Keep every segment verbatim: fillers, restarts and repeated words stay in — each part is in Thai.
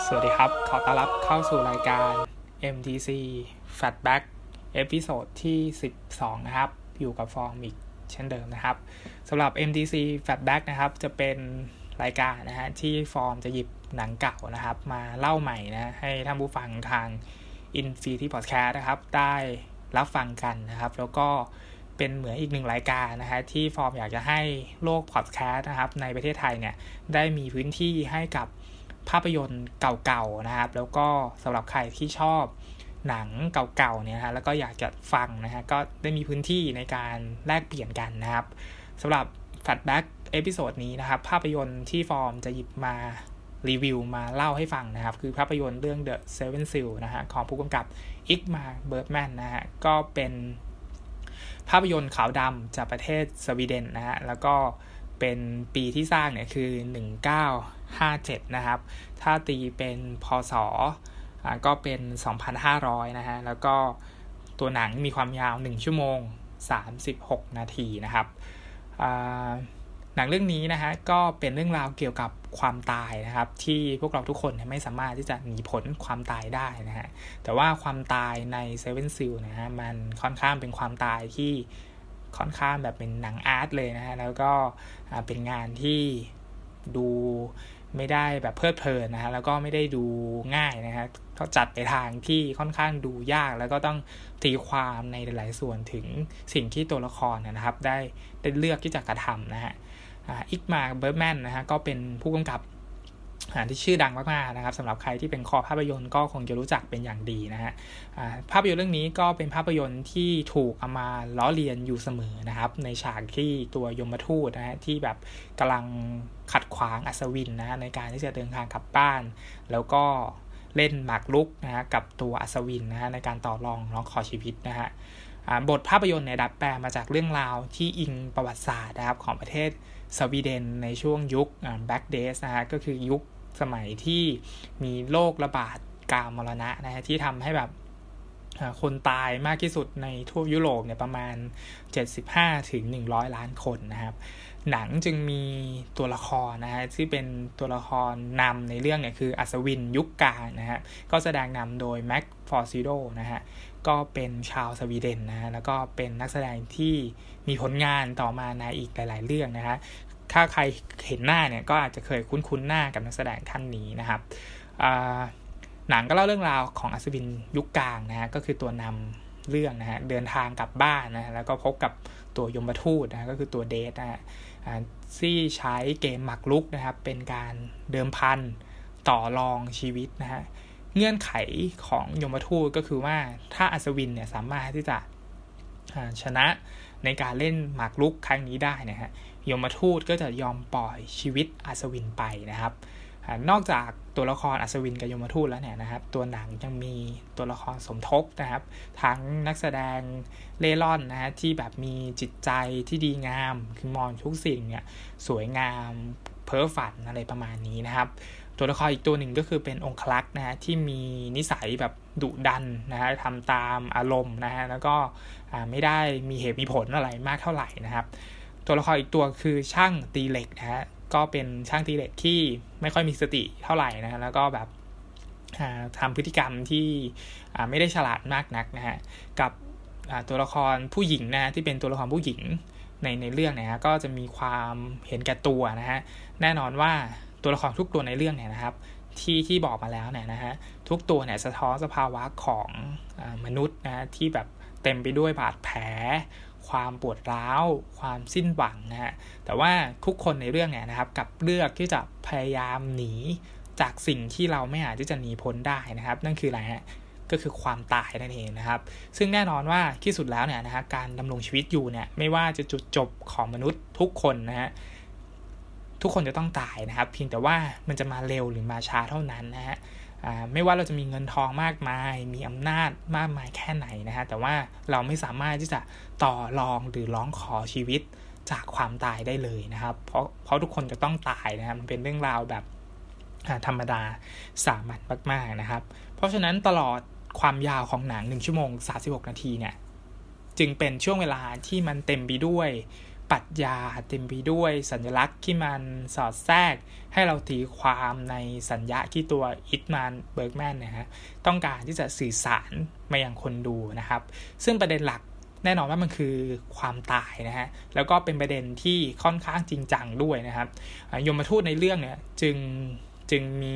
สวัสดีครับขอต้อนรับเข้าสู่รายการ เอ็ม ที ซี Fatback เอพิโซดที่สิบสองนะครับอยู่กับฟอร์มอีกเช่นเดิมนะครับสำหรับ เอ็ม ที ซี Fatback นะครับจะเป็นรายการนะฮะที่ฟอร์มจะหยิบหนังเก่านะครับมาเล่าใหม่นะให้ท่านผู้ฟังทาง Infinity Podcast นะครับได้รับฟังกันนะครับแล้วก็เป็นเหมือนอีกหนึ่งรายการนะฮะที่ฟอร์มอยากจะให้โลกพอดแคสต์นะครับในประเทศไทยเนี่ยได้มีพื้นที่ให้กับภาพยนตร์เก่าๆนะครับแล้วก็สำหรับใครที่ชอบหนังเก่าๆเนี่ยฮะแล้วก็อยากจะฟังนะฮะก็ได้มีพื้นที่ในการแลกเปลี่ยนกันนะครับสำหรับ Fatback เอพิโซดนี้นะครับภาพยนตร์ที่ฟอร์มจะหยิบมารีวิวมาเล่าให้ฟังนะครับคือภาพยนตร์เรื่อง The Seven Seal นะฮะของผู้กำกับอิกมาเบิร์กแมนนะฮะก็เป็นภาพยนตร์ขาวดำจากประเทศสวีเดนนะฮะแล้วก็เป็นปีที่สร้างเนี่ยคือหนึ่งพันเก้าร้อยห้าสิบเจ็ดนะครับถ้าตีเป็นพศอ่าก็เป็นสองพันห้าร้อยนะฮะแล้วก็ตัวหนังมีความยาวหนึ่งชั่วโมงสามสิบหกนาทีนะครับอ่าหนังเรื่องนี้นะฮะก็เป็นเรื่องราวเกี่ยวกับความตายนะครับที่พวกเราทุกคนไม่สามารถที่จะหนีพ้นความตายได้นะฮะแต่ว่าความตายใน Seven Seal นะฮะมันค่อนข้างเป็นความตายที่ค่อนข้างแบบเป็นหนังอาร์ตเลยนะฮะแล้วก็เป็นงานที่ดูไม่ได้แบบเพลิดเพลินนะฮะแล้วก็ไม่ได้ดูง่ายนะฮะเขาจัดไปทางที่ค่อนข้างดูยากแล้วก็ต้องตีความในหลายๆส่วนถึงสิ่งที่ตัวละครนะครับได้ได้เลือกที่จะกระทำนะฮะอิกมาเบิร์กแมนนะฮะก็เป็นผู้กำกับที่ชื่อดังมากๆนะครับสำหรับใครที่เป็นคอภาพยนตร์ก็คงจะรู้จักเป็นอย่างดีนะฮะภาพยนตร์เรื่องนี้ก็เป็นภาพยนตร์ที่ถูกเอามาล้อเลียนอยู่เสมอนะครับในฉากที่ตัวยมทูตนะฮะที่แบบกำลังขัดขวางอัศวินนะฮะในการที่จะเดินทางกลับบ้านแล้วก็เล่นหมากรุกนะฮะกับตัวอัศวินนะฮะในการต่อรองร้องขอชีวิตนะฮะบทภาพยนตร์เนี่ยดัดแปลงมาจากเรื่องราวที่อิงประวัติศาสตร์นะครับของประเทศสวีเดนในช่วงยุค Black Days นะฮะก็คือยุคสมัยที่มีโรคระบาดกามรณะนะฮะที่ทำให้แบบคนตายมากที่สุดในทั่วยุโรปเนี่ยประมาณ เจ็ดสิบห้าถึงหนึ่งร้อย ล้านคนนะครับหนังจึงมีตัวละครนะฮะที่เป็นตัวละครนำในเรื่องเนี่ยคืออัศวินยุคกลางนะฮะก็แสดงนำโดยแม็กฟอร์ซิโดนะฮะก็เป็นชาวสวีเดนนะฮะแล้วก็เป็นนักแสดงที่มีผลงานต่อมาในอีกหลายๆเรื่องนะฮะถ้าใครเห็นหน้าเนี่ยก็อาจจะเคยคุ้นๆหน้ากับนักแสดงท่านนี้นะครับหนังก็เล่าเรื่องราวของอัศวินยุคกลางนะฮะก็คือตัวนำเรื่องนะฮะเดินทางกลับบ้านนะแล้วก็พบกับตัวยมทูตนะก็คือตัวเดทนะฮะที่ใช้เกมหมากรุกนะครับเป็นการเดิมพันต่อรองชีวิตนะฮะเงื่อนไขของยมทูตก็คือว่าถ้าอัศวินเนี่ยสามารถที่จะชนะในการเล่นหมากรุกครั้งนี้ได้นะฮะยมทูตก็จะยอมปล่อยชีวิตอัศวินไปนะครับนอกจากตัวละครอัศวินกับยมทูตแล้วเนี่ยนะครับตัวหนังยังมีตัวละครสมทบนะครับทั้งนักแสดงเล่ร่อนนะฮะที่แบบมีจิตใจที่ดีงามคือมองทุกสิ่งเนี่ยสวยงามเพ้อฝันอะไรประมาณนี้นะครับตัวละครอีกตัวหนึ่งก็คือเป็นองครักษ์นะฮะที่มีนิสัยแบบดุดันนะฮะทำตามอารมณ์นะฮะแล้วก็ไม่ได้มีเหตุมีผลอะไรมากเท่าไหร่นะครับตัวละครอีกตัวคือช่างตีเหล็กนะฮะก็เป็นช่างตีเหล็กที่ไม่ค่อยมีสติเท่าไหร่นะฮะแล้วก็แบบทำพฤติกรรมที่ไม่ได้ฉลาดมากนักนะฮะกับตัวละครผู้หญิงนะที่เป็นตัวละครผู้หญิงในในเรื่องนะฮะก็จะมีความเห็นแก่ตัวนะฮะแน่นอนว่าตัวละครทุกตัวในเรื่องเนี่ยนะครับที่ที่บอกมาแล้วเนี่ยนะฮะทุกตัวเนี่ยสะท้อนสภาวะของมนุษย์นะที่แบบเต็มไปด้วยบาดแผลความปวดร้าวความสิ้นหวังนะฮะแต่ว่าทุกคนในเรื่องเนี่ยนะครับกับเลือกที่จะพยายามหนีจากสิ่งที่เราไม่อาจที่จะหนีพ้นได้นะครับนั่นคืออะไรฮะก็คือความตายนั่นเองนะครับซึ่งแน่นอนว่าที่สุดแล้วเนี่ยนะฮะการดำรงชีวิตอยู่เนี่ยไม่ว่าจะจุดจบของมนุษย์ทุกคนนะฮะทุกคนจะต้องตายนะครับเพียงแต่ว่ามันจะมาเร็วหรือมาช้าเท่านั้นนะฮะไม่ว่าเราจะมีเงินทองมากมายมีอำนาจมากมายแค่ไหนนะฮะแต่ว่าเราไม่สามารถที่จะต่อรองหรือร้องขอชีวิตจากความตายได้เลยนะครับเพราะเพราะทุกคนจะต้องตายนะครับมันเป็นเรื่องราวแบบธรรมดาสามัญมากๆนะครับเพราะฉะนั้นตลอดความยาวของหนังหนึ่งชั่วโมงสามสิบหกนาทีเนี่ยจึงเป็นช่วงเวลาที่มันเต็มไปด้วยปรัชญาเต็มไปด้วยสัญลักษณ์ที่มันสอดแทรกให้เราตีความในสัญญาที่ตัวอิตมานเบิร์กแมนนะฮะต้องการที่จะสื่อสารมายังคนดูนะครับซึ่งประเด็นหลักแน่นอนว่ามันคือความตายนะฮะแล้วก็เป็นประเด็นที่ค่อนข้างจริงจังด้วยนะครับยมทูตในเรื่องเนี่ยจึงจึงมี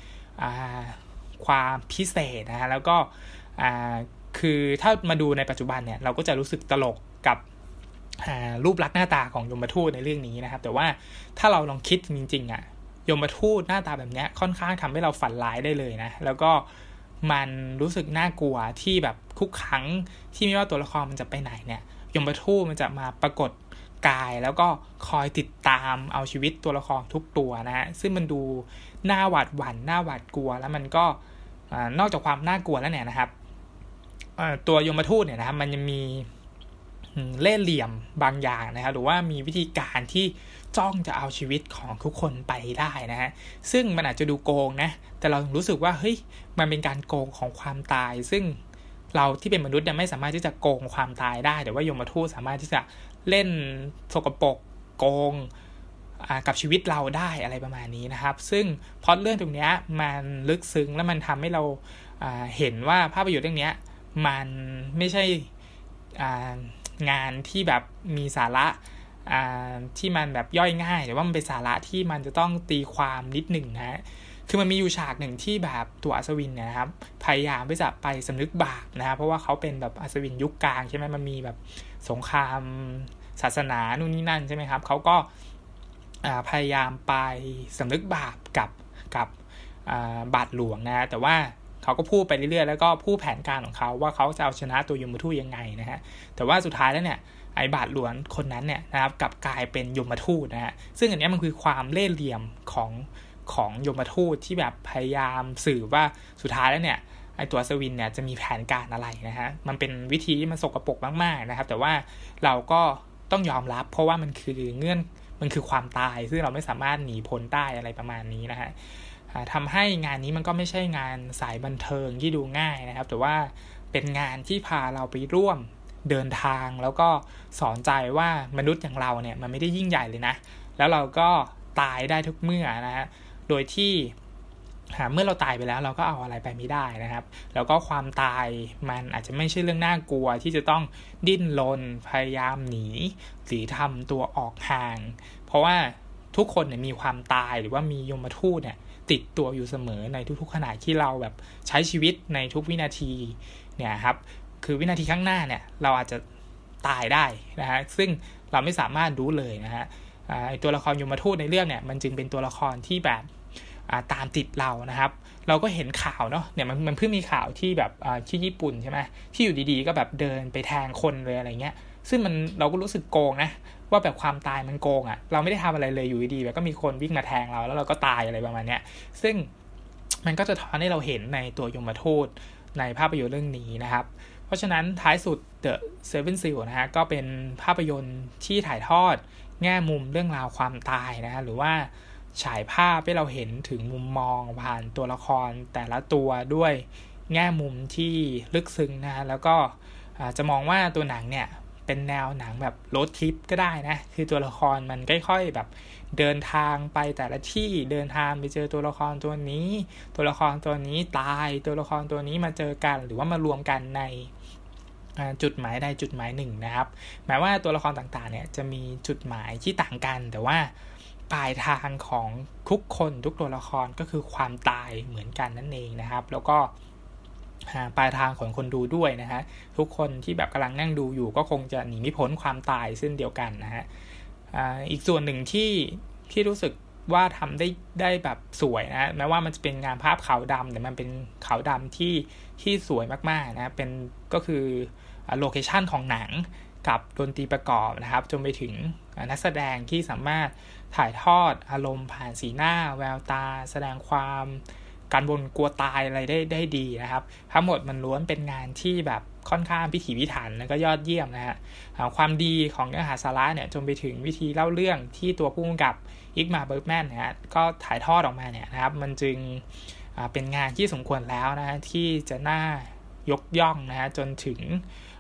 ความพิเศษนะฮะแล้วก็คือถ้ามาดูในปัจจุบันเนี่ยเราก็จะรู้สึกตลกกับรูปลักษณ์หน้าตาของยมทูตในเรื่องนี้นะครับแต่ว่าถ้าเราลองคิดจริงๆอ่ะยมทูตหน้าตาแบบนี้ค่อนข้างทำให้เราฝันร้ายได้เลยนะแล้วก็มันรู้สึกน่ากลัวที่แบบทุกครั้งที่ไม่ว่าตัวละครมันจะไปไหนเนี่ยยมทูตมันจะมาปรากฏกายแล้วก็คอยติดตามเอาชีวิตตัวละครทุกตัวนะฮะซึ่งมันดูน่าหวาดหวั่นน่าหวาดกลัวแล้วมันก็นอกจากความน่ากลัวแล้วเนี่ยนะครับตัวยมทูตเนี่ยนะครับมันยังมีเล่ห์เหลี่ยมบางอย่างนะครับหรือว่ามีวิธีการที่จ้องจะเอาชีวิตของทุกคนไปได้นะฮะซึ่งมันอาจจะดูโกงนะแต่เรารู้สึกว่าเฮ้ยมันเป็นการโกงของความตายซึ่งเราที่เป็นมนุษย์เนี่ยไม่สามารถที่จะโกงความตายได้แต่ว่ายมทูตสามารถที่จะเล่นสกปรกโกงกับชีวิตเราได้อะไรประมาณนี้นะครับซึ่งพล็อตเรื่องตรงนี้มันลึกซึ้งและมันทำให้เราเห็นว่าภาพยนตร์เรื่องนี้มันไม่ใช่งานที่แบบมีสาระที่มันแบบย่อยง่ายแต่ว่ามันเป็นสาระที่มันจะต้องตีความนิดหนึ่งนะคือมันมีอยู่ฉากหนึ่งที่แบบตัวอัศวินเนี่ยนะครับพยายามที่จะไปสำนึกบาปนะครับเพราะว่าเขาเป็นแบบอัศวินยุคกลางใช่ไหมมันมีแบบสงครามศาสนานู่นนี่นั่นใช่ไหมครับเขาก็พยายามไปสำนึกบาปกับกับบาทหลวงนะแต่ว่าเขาก็พูดไปเรื่อยๆแล้วก็พูดแผนการของเขาว่าเขาจะเอาชนะตัวยมทูตยังไงนะฮะแต่ว่าสุดท้ายแล้วเนี่ยไอ้บาทหลวงคนนั้นเนี่ยนะครับกลับกลายเป็นยมทูตนะฮะซึ่งอันนี้มันคือความเล่ห์เหลี่ยมของของยมทูตที่แบบพยายามสื่อว่าสุดท้ายแล้วเนี่ยไอ้ตัวสวินเนี่ยจะมีแผนการอะไรนะฮะมันเป็นวิธีที่มันสกปรกมากๆนะครับแต่ว่าเราก็ต้องยอมรับเพราะว่ามันคือเงื่อนมันคือความตายซึ่งเราไม่สามารถหนีพ้นได้อะไรประมาณนี้นะฮะทำให้งานนี้มันก็ไม่ใช่งานสายบันเทิงที่ดูง่ายนะครับแต่ว่าเป็นงานที่พาเราไปร่วมเดินทางแล้วก็สอนใจว่ามนุษย์อย่างเราเนี่ยมันไม่ได้ยิ่งใหญ่เลยนะแล้วเราก็ตายได้ทุกเมื่อนะฮะโดยที่เมื่อเราตายไปแล้วเราก็เอาอะไรไปไม่ได้นะครับแล้วก็ความตายมันอาจจะไม่ใช่เรื่องน่ากลัวที่จะต้องดิ้นรนพยายามหนีหรือทำตัวออกห่างเพราะว่าทุกคนเนี่ยมีความตายหรือว่ามียมทูตเนี่ยติดตัวอยู่เสมอในทุกๆขณะที่เราแบบใช้ชีวิตในทุกวินาทีเนี่ยครับคือวินาทีข้างหน้าเนี่ยเราอาจจะตายได้นะฮะซึ่งเราไม่สามารถรู้เลยนะฮะไอ้ตัวละครยมทูตในเรื่องเนี่ยมันจึงเป็นตัวละครที่แบบตามติดเรานะครับเราก็เห็นข่าวเนาะเนี่ยมันมันเพิ่งมีข่าวที่แบบที่ญี่ปุ่นใช่ไหมที่อยู่ดีๆก็แบบเดินไปแทงคนเลยอะไรเงี้ยซึ่งมันเราก็รู้สึกโกงนะว่าแบบความตายมันโกงอ่ะเราไม่ได้ทำอะไรเลยอยู่ดีๆแบบก็มีคนวิ่งมาแทงเราแล้วเราก็ตายอะไรประมาณเนี้ยซึ่งมันก็จะท้อนให้เราเห็นในตัวยมทูตในภาพยนตร์เรื่องนี้นะครับเพราะฉะนั้นท้ายสุด The Seven Seal นะฮะก็เป็นภาพยนตร์ที่ถ่ายทอดแง่มุมเรื่องราวความตายนะฮะหรือว่าฉายภาพให้เราเห็นถึงมุมมองผ่านตัวละครแต่ละตัวด้วยแง่มุมที่ลึกซึ้งนะฮะแล้วก็จะมองว่าตัวหนังเนี่ยเป็นแนวหนังแบบโรดทริปก็ได้นะคือตัวละครมันค่อยๆแบบเดินทางไปแต่ละที่เดินทางไปเจอตัวละครตัวนี้ตัวละครตัวนี้ตายตัวละครตัวนี้มาเจอกันหรือว่ามารวมกันในจุดหมายใดจุดหมายหนึ่งนะครับแม้ว่าตัวละครต่างๆเนี่ยจะมีจุดหมายที่ต่างกันแต่ว่าปลายทางของทุกคนทุกตัวละครก็คือความตายเหมือนกันนั่นเองนะครับแล้วก็ปลายทางของคนดูด้วยนะฮะทุกคนที่แบบกำลังนั่งดูอยู่ก็คงจะหนีไม่พ้นความตายเช่นเดียวกันนะฮะ อ่าอีกส่วนหนึ่งที่ที่รู้สึกว่าทำได้ได้แบบสวยนะแม้ว่ามันจะเป็นงานภาพขาวดำแต่มันเป็นขาวดำที่ที่สวยมากๆนะเป็นก็คือโลเคชั่นของหนังกับดนตรีประกอบนะครับจนไปถึงนักแสดงที่สามารถถ่ายทอดอารมณ์ผ่านสีหน้าแววตาแสดงความการบนกลัวตายอะไรได้ได้ดีนะครับทั้งหมดมันล้วนเป็นงานที่แบบค่อนข้างพิถีพิถันแล้วก็ยอดเยี่ยมนะฮะความดีของเนื้อหาสาระเนี่ยจนไปถึงวิธีเล่าเรื่องที่ตัวผู้กำกับอิกมาร์ เบิร์กแมนนะฮะก็ถ่ายทอดออกมาเนี่ยนะครับมันจึงเป็นงานที่สมควรแล้วนะที่จะน่ายกย่องนะฮะจนถึง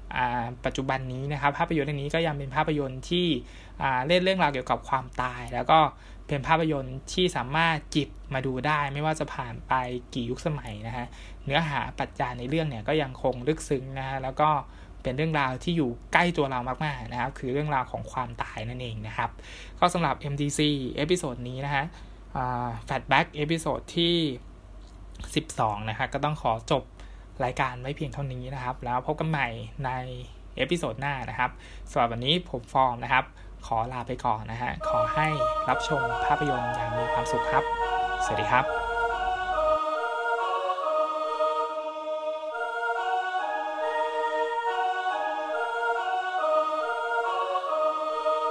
ปัจจุบันนี้นะครับภาพยนตร์เรื่องนี้ก็ยังเป็นภาพยนตร์ที่เล่นเรื่องราวเกี่ยวกับความตายแล้วก็เป็นภาพยนตร์ที่สามารถจิบมาดูได้ไม่ว่าจะผ่านไปกี่ยุคสมัยนะฮะเนื้อหาปรัชญาในเรื่องเนี่ยก็ยังคงลึกซึ้งนะฮะแล้วก็เป็นเรื่องราวที่อยู่ใกล้ตัวเรามากๆนะครับคือเรื่องราวของความตายนั่นเองนะครับก็สำหรับ เอ็ม ที ซี เอพิโซดนี้นะฮะแฟลชแบ็กเอพิโซดที่สิบสองนะฮะก็ต้องขอจบรายการไว้เพียงเท่านี้นะครับแล้วพบกันใหม่ในเอพิโซดหน้านะครับสำหรับวันนี้ผมฟอร์มนะครับขอลาไปก่อนนะฮะขอให้รับชมภาพยนตร์อย่างมีความสุขครับสวัสดีครับ